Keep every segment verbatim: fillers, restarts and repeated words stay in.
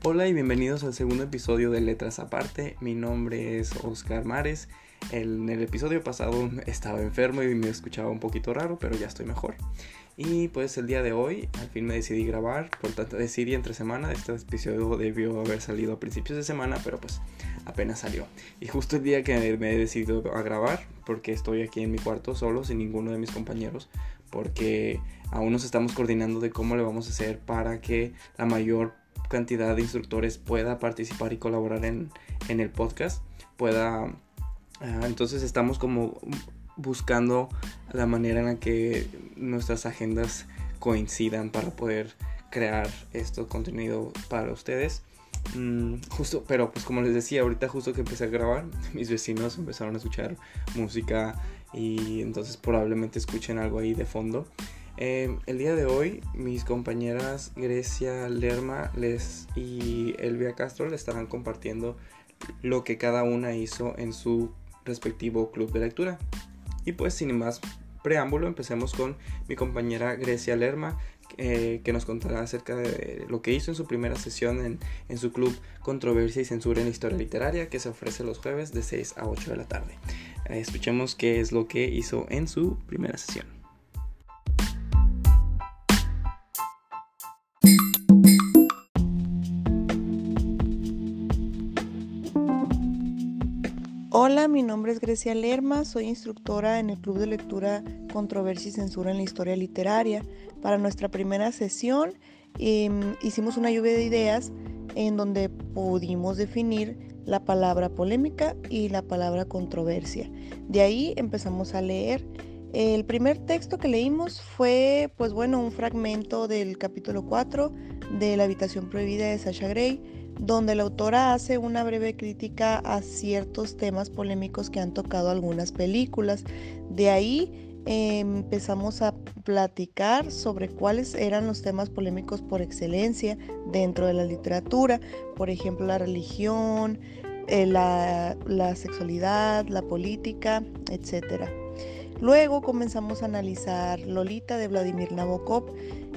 Hola y bienvenidos al segundo episodio de Letras Aparte. Mi nombre es Oscar Mares. En el episodio pasado estaba enfermo y me escuchaba un poquito raro, pero ya estoy mejor. Y pues el día de hoy al fin me decidí grabar, por tanto decidí entre semana. Este episodio debió haber salido a principios de semana, pero pues apenas salió. Y justo el día que me he decidido a grabar, porque estoy aquí en mi cuarto solo, sin ninguno de mis compañeros, porque aún nos estamos coordinando de cómo le vamos a hacer para que la mayor cantidad de instructores pueda participar y colaborar en, en el podcast, pueda... Uh, entonces estamos como buscando la manera en la que nuestras agendas coincidan para poder crear este contenido para ustedes. Mm, justo, pero pues como les decía, ahorita justo que empecé a grabar, mis vecinos empezaron a escuchar música y entonces probablemente escuchen algo ahí de fondo. Eh, el día de hoy mis compañeras Grecia Lerma les y Elvia Castro les estarán compartiendo lo que cada una hizo en su respectivo club de lectura. Y pues sin más preámbulo, empecemos con mi compañera Grecia Lerma, eh, que nos contará acerca de lo que hizo en su primera sesión en, en su club Controversia y Censura en la Historia Literaria, que se ofrece los jueves de seis a ocho de la tarde. Eh, escuchemos qué es lo que hizo en su primera sesión. Hola, mi nombre es Grecia Lerma, soy instructora en el Club de Lectura Controversia y Censura en la Historia Literaria. Para nuestra primera sesión eh, hicimos una lluvia de ideas en donde pudimos definir la palabra polémica y la palabra controversia. De ahí empezamos a leer. El primer texto que leímos fue, pues bueno, un fragmento del capítulo cuatro de La Habitación Prohibida de Sasha Grey, donde la autora hace una breve crítica a ciertos temas polémicos que han tocado algunas películas. De ahí eh, empezamos a platicar sobre cuáles eran los temas polémicos por excelencia dentro de la literatura, por ejemplo, la religión, eh, la, la sexualidad, la política, etcétera. Luego comenzamos a analizar Lolita de Vladimir Nabokov.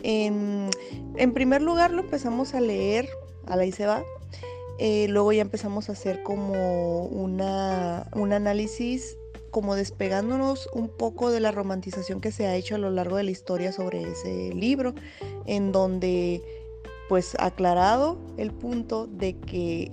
En, en primer lugar lo empezamos a leer, a la ahí se va. Eh, luego ya empezamos a hacer como una, un análisis, como despegándonos un poco de la romantización que se ha hecho a lo largo de la historia sobre ese libro, en donde pues aclarado el punto de que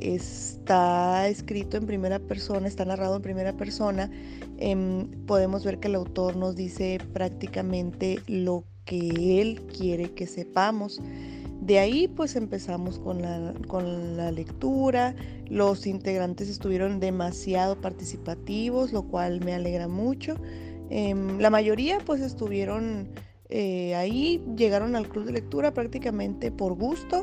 está escrito en primera persona, está narrado en primera persona, eh, podemos ver que el autor nos dice prácticamente lo que él quiere que sepamos. De ahí pues empezamos con la, con la lectura. Los integrantes estuvieron demasiado participativos, lo cual me alegra mucho. Eh, la mayoría pues estuvieron eh, ahí, llegaron al club de lectura prácticamente por gusto,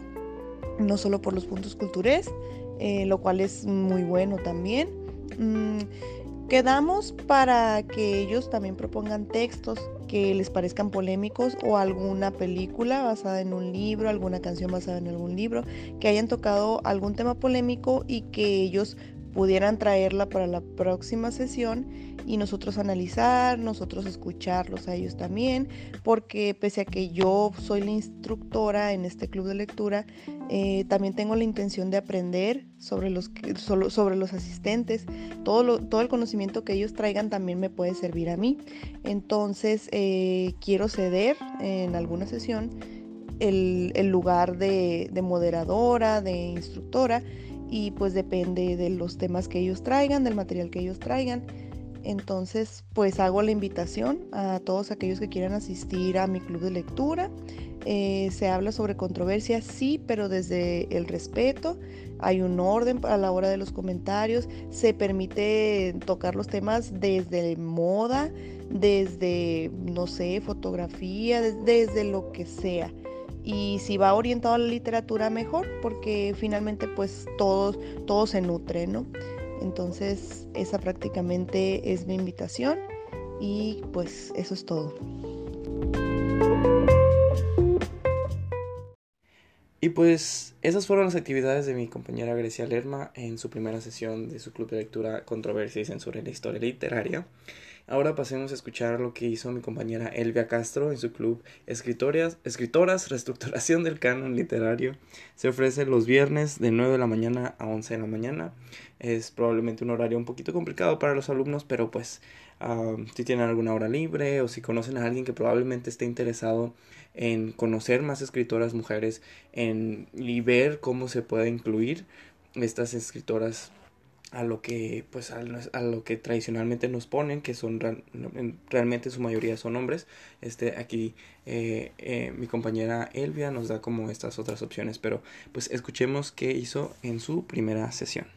no solo por los puntos culturales, eh, lo cual es muy bueno también. Mm, Quedamos para que ellos también propongan textos que les parezcan polémicos o alguna película basada en un libro, alguna canción basada en algún libro, que hayan tocado algún tema polémico y que ellos pudieran traerla para la próxima sesión y nosotros analizar, nosotros escucharlos a ellos también, porque pese a que yo soy la instructora en este club de lectura, eh, también tengo la intención de aprender sobre los, sobre los asistentes. Todo, lo, todo el conocimiento que ellos traigan también me puede servir a mí. Entonces eh, quiero ceder en alguna sesión el, el lugar de, de moderadora, de instructora, y pues depende de los temas que ellos traigan, del material que ellos traigan. Entonces pues hago la invitación a todos aquellos que quieran asistir a mi club de lectura. Eh, se habla sobre controversia, sí, pero desde el respeto. Hay un orden a la hora de los comentarios. Se permite tocar los temas desde moda, desde, no sé, fotografía, desde, desde lo que sea. Y si va orientado a la literatura, mejor, porque finalmente pues todo, todo se nutre, ¿no? Entonces esa prácticamente es mi invitación y pues eso es todo. Y pues esas fueron las actividades de mi compañera Grecia Lerma en su primera sesión de su club de lectura Controversia y Censura en la Historia Literaria. Ahora pasemos a escuchar lo que hizo mi compañera Elvia Castro en su club Escritoras, Escritoras Reestructuración del Canon Literario. Se ofrece los viernes de nueve de la mañana a once de la mañana. Es probablemente un horario un poquito complicado para los alumnos, pero pues uh, si tienen alguna hora libre o si conocen a alguien que probablemente esté interesado en conocer más escritoras mujeres en, y ver cómo se puede incluir estas escritoras a lo que pues a, a lo que tradicionalmente nos ponen, que son real, realmente su mayoría son hombres. Este aquí eh, eh, mi compañera Elvia nos da como estas otras opciones, pero pues escuchemos qué hizo en su primera sesión.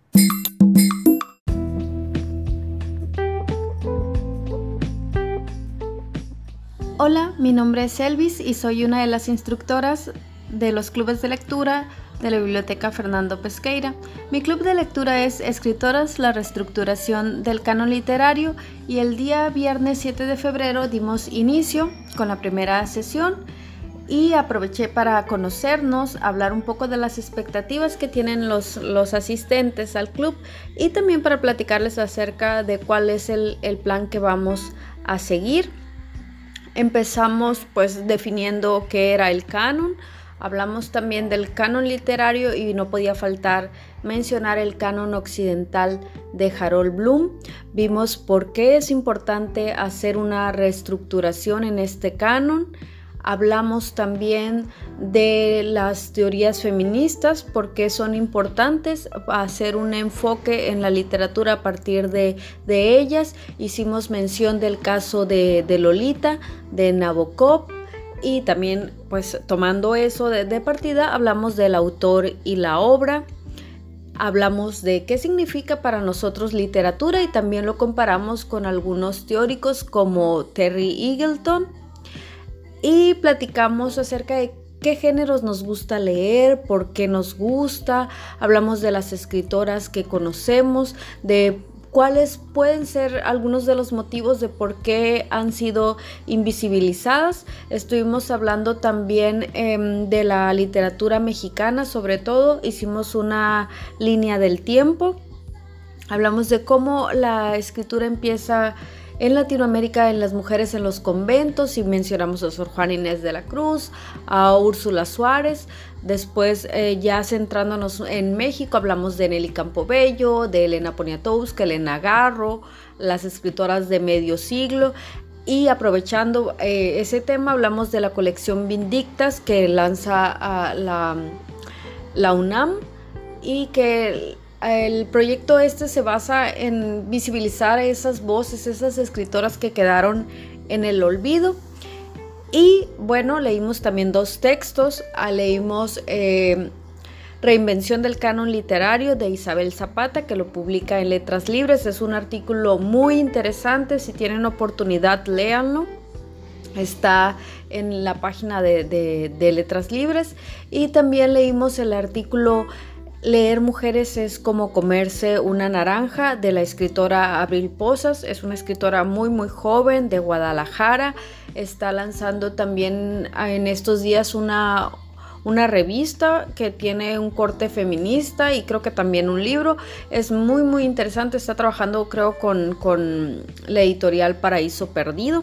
Hola, mi nombre es Elvis y soy una de las instructoras de los clubes de lectura de la Biblioteca Fernando Pesqueira. Mi club de lectura es Escritoras, la reestructuración del canon literario, y el día viernes siete de febrero dimos inicio con la primera sesión y aproveché para conocernos, hablar un poco de las expectativas que tienen los, los asistentes al club y también para platicarles acerca de cuál es el, el plan que vamos a seguir. Empezamos pues definiendo qué era el canon. Hablamos también del canon literario y no podía faltar mencionar el canon occidental de Harold Bloom. Vimos por qué es importante hacer una reestructuración en este canon. Hablamos también de las teorías feministas, por qué son importantes, hacer un enfoque en la literatura a partir de, de ellas. Hicimos mención del caso de, de Lolita, de Nabokov. Y también, pues tomando eso de, de partida, hablamos del autor y la obra, hablamos de qué significa para nosotros literatura y también lo comparamos con algunos teóricos como Terry Eagleton y platicamos acerca de qué géneros nos gusta leer, por qué nos gusta, hablamos de las escritoras que conocemos, de cuáles pueden ser algunos de los motivos de por qué han sido invisibilizadas. Estuvimos hablando también eh, de la literatura mexicana, sobre todo hicimos una línea del tiempo. Hablamos de cómo la escritura empieza en Latinoamérica, en las mujeres en los conventos, y mencionamos a Sor Juana Inés de la Cruz, a Úrsula Suárez. Después, eh, ya centrándonos en México, hablamos de Nelly Campobello, de Elena Poniatowska, Elena Garro, las escritoras de medio siglo. Y aprovechando eh, ese tema, hablamos de la colección Vindictas que lanza uh, la, la UNAM y que el proyecto este se basa en visibilizar esas voces, esas escritoras que quedaron en el olvido. Y bueno, leímos también dos textos. Leímos eh, Reinvención del canon literario de Isabel Zapata, que lo publica en Letras Libres. Es un artículo muy interesante, si tienen oportunidad léanlo. Está en la página de, de, de Letras Libres. Y también leímos el artículo Leer mujeres es como comerse una naranja, de la escritora Abril Posas. Es una escritora muy muy joven de Guadalajara. Está lanzando también en estos días una, una revista que tiene un corte feminista y creo que también un libro. Es muy muy interesante. Está trabajando creo con, con la editorial Paraíso Perdido.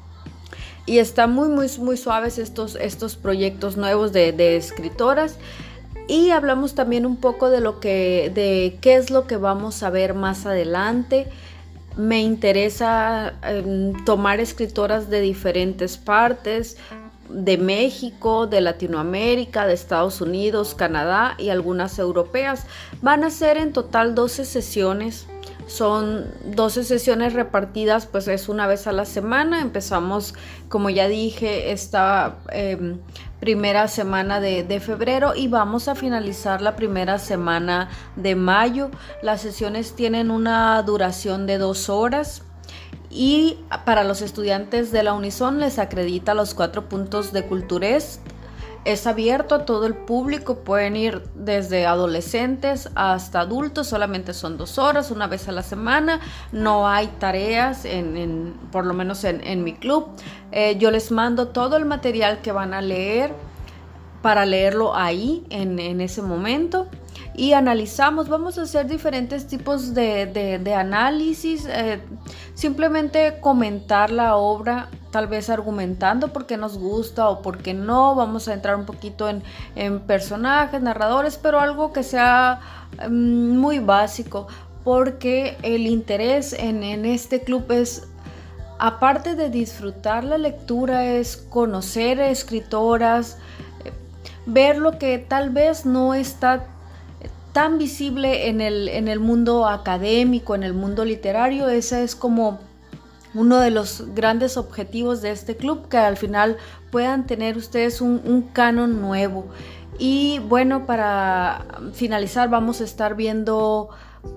Y está muy muy muy suaves estos, estos proyectos nuevos de, de escritoras. Y hablamos también un poco de lo que, de qué es lo que vamos a ver más adelante. Me interesa eh, tomar escritoras de diferentes partes, de México, de Latinoamérica, de Estados Unidos, Canadá y algunas europeas. Van a ser en total doce sesiones. Son doce sesiones repartidas, pues es una vez a la semana. Empezamos, como ya dije, esta eh, primera semana de, de febrero y vamos a finalizar la primera semana de mayo. Las sesiones tienen una duración de dos horas y para los estudiantes de la Unison les acredita los cuatro puntos de Culturest. Es abierto a todo el público, pueden ir desde adolescentes hasta adultos, solamente son dos horas, una vez a la semana, no hay tareas, en, en, por lo menos en, en mi club. Eh, yo les mando todo el material que van a leer para leerlo ahí en, en ese momento y analizamos. Vamos a hacer diferentes tipos de, de, de análisis, eh, simplemente comentar la obra, tal vez argumentando por qué nos gusta o por qué no. Vamos a entrar un poquito en, en personajes, narradores, pero algo que sea um, muy básico, porque el interés en, en este club es, aparte de disfrutar la lectura, es conocer escritoras, eh, ver lo que tal vez no está tan visible en el, en el mundo académico, en el mundo literario. Ese es como uno de los grandes objetivos de este club, que al final puedan tener ustedes un, un canon nuevo. Y bueno, para finalizar vamos a estar viendo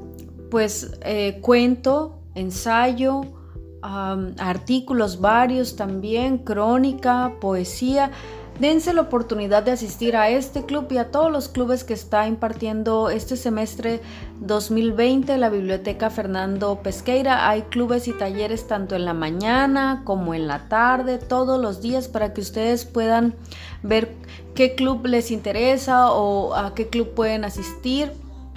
pues eh, cuento, ensayo, um, artículos varios también, crónica, poesía. Dense la oportunidad de asistir a este club y a todos los clubes que está impartiendo este semestre dos mil veinte la Biblioteca Fernando Pesqueira. Hay clubes y talleres tanto en la mañana como en la tarde, todos los días, para que ustedes puedan ver qué club les interesa o a qué club pueden asistir.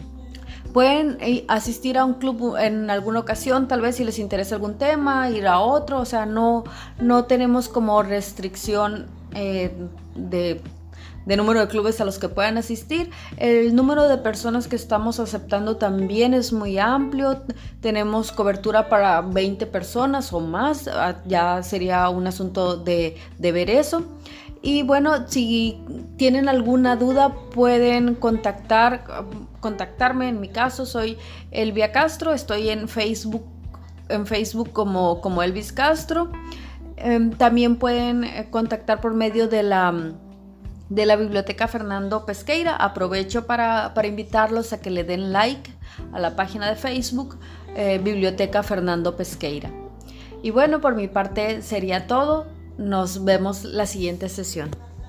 Pueden asistir a un club en alguna ocasión, tal vez si les interesa algún tema, ir a otro. O sea, no, no tenemos como restricción eh, de, de número de clubes a los que puedan asistir. El número de personas que estamos aceptando también es muy amplio. Tenemos cobertura para veinte personas o más. Ya sería un asunto de, de ver eso. Y bueno, si tienen alguna duda pueden contactar, contactarme. En mi caso soy Elvia Castro, estoy en Facebook, en Facebook como, como Elvis Castro. Eh, también pueden contactar por medio de la, de la Biblioteca Fernando Pesqueira. Aprovecho para, para invitarlos a que le den like a la página de Facebook, eh, Biblioteca Fernando Pesqueira. Y bueno, por mi parte sería todo. Nos vemos la siguiente sesión.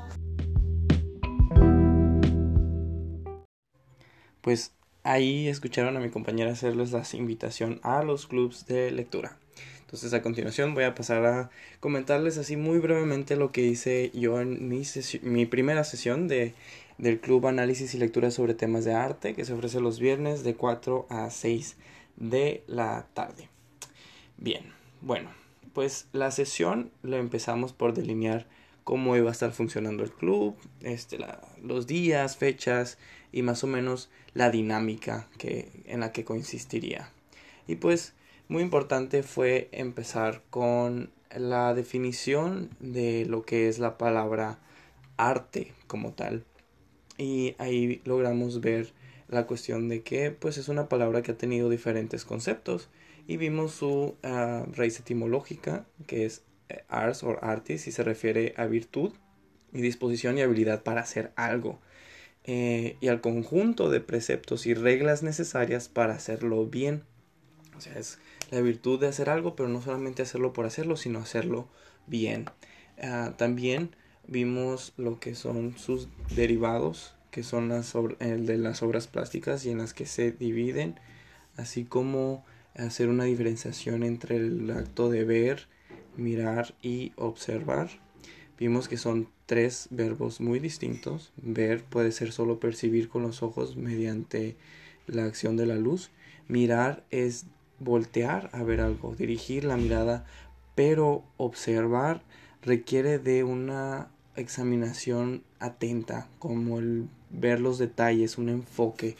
Pues ahí escucharon a mi compañera hacerles la invitación a los clubs de lectura. Entonces a continuación voy a pasar a comentarles así muy brevemente lo que hice yo en mi, mi primera sesión de, del Club Análisis y Lectura sobre Temas de Arte, que se ofrece los viernes de cuatro a seis de la tarde. Bien, bueno. Pues la sesión la empezamos por delinear cómo iba a estar funcionando el club, este, la, los días, fechas y más o menos la dinámica que, en la que consistiría. Y pues muy importante fue empezar con la definición de lo que es la palabra arte como tal. Y ahí logramos ver la cuestión de que pues es una palabra que ha tenido diferentes conceptos. Y vimos su uh, raíz etimológica, que es ars o artis, y se refiere a virtud y disposición y habilidad para hacer algo, eh, y al conjunto de preceptos y reglas necesarias para hacerlo bien. O sea, es la virtud de hacer algo, pero no solamente hacerlo por hacerlo, sino hacerlo bien. Uh, también vimos lo que son sus derivados, que son las obra, el de las obras plásticas y en las que se dividen, así como hacer una diferenciación entre el acto de ver, mirar y observar. Vimos que son tres verbos muy distintos. Ver puede ser solo percibir con los ojos mediante la acción de la luz. Mirar es voltear a ver algo, dirigir la mirada, pero observar requiere de una examinación atenta, como el ver los detalles, un enfoque.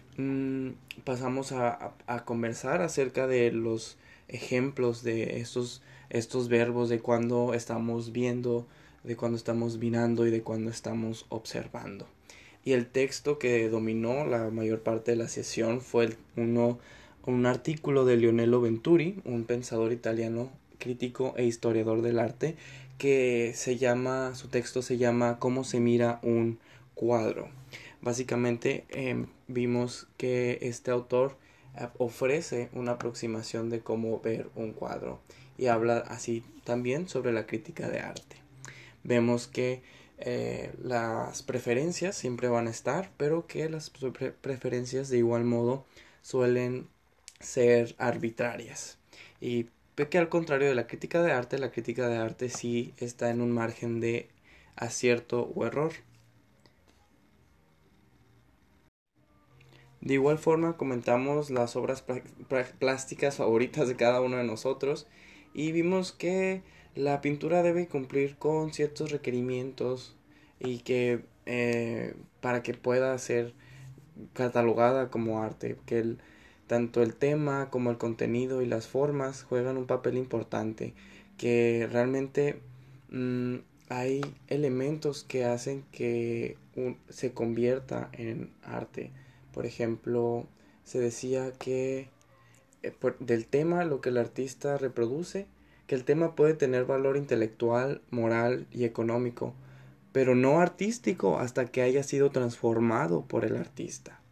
Pasamos a, a, a conversar acerca de los ejemplos de estos, estos verbos, de cuando estamos viendo, de cuando estamos mirando y de cuando estamos observando. Y el texto que dominó la mayor parte de la sesión fue el, uno, un artículo de Lionello Venturi, un pensador italiano, crítico e historiador del arte, que se llama, su texto se llama ¿Cómo se mira un cuadro? Básicamente eh, vimos que este autor eh, ofrece una aproximación de cómo ver un cuadro y habla así también sobre la crítica de arte. Vemos que eh, las preferencias siempre van a estar, pero que las pre- preferencias de igual modo suelen ser arbitrarias. Y que al contrario de la crítica de arte, la crítica de arte sí está en un margen de acierto o error. De igual forma comentamos las obras plásticas favoritas de cada uno de nosotros y vimos que la pintura debe cumplir con ciertos requerimientos y que eh, para que pueda ser catalogada como arte, que el, tanto el tema como el contenido y las formas juegan un papel importante, que realmente mmm, hay elementos que hacen que un, se convierta en arte. Por ejemplo, se decía que eh, por, del tema lo que el artista reproduce, que el tema puede tener valor intelectual, moral y económico, pero no artístico hasta que haya sido transformado por el artista.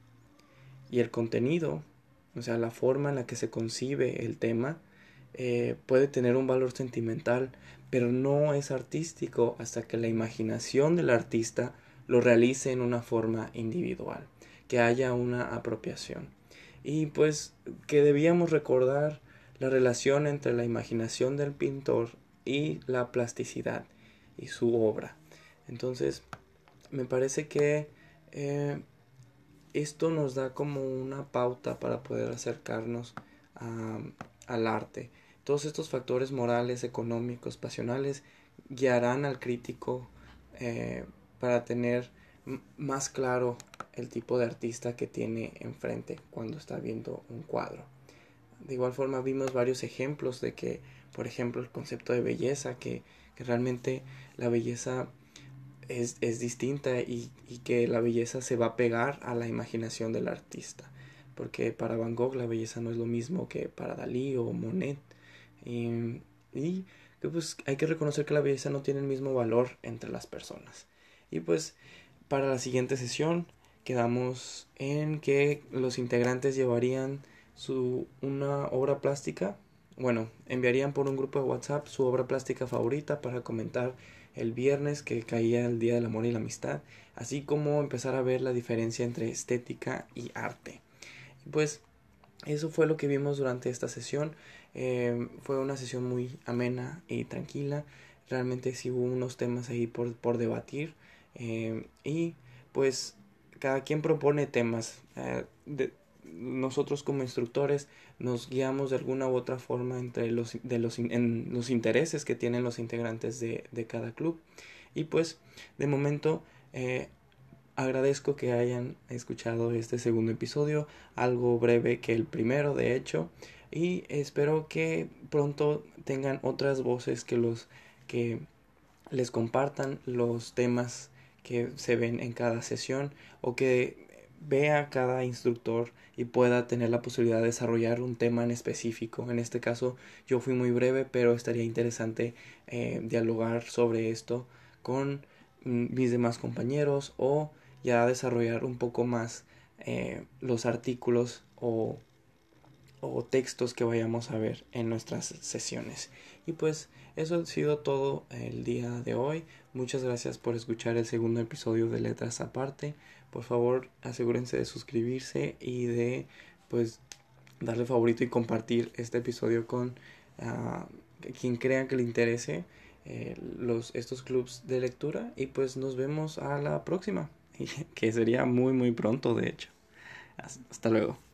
Y el contenido, o sea, la forma en la que se concibe el tema, eh, puede tener un valor sentimental, pero no es artístico hasta que la imaginación del artista lo realice en una forma individual, que haya una apropiación. Y pues que debíamos recordar la relación entre la imaginación del pintor y la plasticidad y su obra. Entonces, me parece que eh, esto nos da como una pauta para poder acercarnos a, al arte. Todos estos factores morales, económicos, pasionales guiarán al crítico eh, para tener m- más claro el tipo de artista que tiene enfrente cuando está viendo un cuadro. De igual forma vimos varios ejemplos de que, por ejemplo, el concepto de belleza, que, que realmente la belleza es, es distinta y, y que la belleza se va a pegar a la imaginación del artista. Porque para Van Gogh la belleza no es lo mismo que para Dalí o Monet. Y, y que pues hay que reconocer que la belleza no tiene el mismo valor entre las personas. Y pues para la siguiente sesión quedamos en que los integrantes llevarían su, una obra plástica. Bueno, enviarían por un grupo de WhatsApp su obra plástica favorita para comentar el viernes, que caía el Día del Amor y la Amistad, así como empezar a ver la diferencia entre estética y arte. Pues eso fue lo que vimos durante esta sesión. Eh, fue una sesión muy amena y tranquila. Realmente sí hubo unos temas ahí por, por debatir. Eh, y pues cada quien propone temas. Eh, de, nosotros como instructores nos guiamos de alguna u otra forma entre los, de los, en los intereses que tienen los integrantes de, de cada club. Y pues de momento eh, agradezco que hayan escuchado este segundo episodio, algo breve que el primero de hecho, y espero que pronto tengan otras voces que los que les compartan los temas que se ven en cada sesión, o que vea cada instructor y pueda tener la posibilidad de desarrollar un tema en específico. En este caso yo fui muy breve, pero estaría interesante eh, dialogar sobre esto con mm, mis demás compañeros, o ya desarrollar un poco más eh, los artículos o, o textos que vayamos a ver en nuestras sesiones. Y pues eso ha sido todo el día de hoy. Muchas gracias por escuchar el segundo episodio de Letras Aparte. Por favor, asegúrense de suscribirse y de pues darle favorito y compartir este episodio con uh, quien crea que le interese eh, los, estos clubs de lectura. Y pues nos vemos a la próxima, que sería muy muy pronto de hecho. Hasta luego.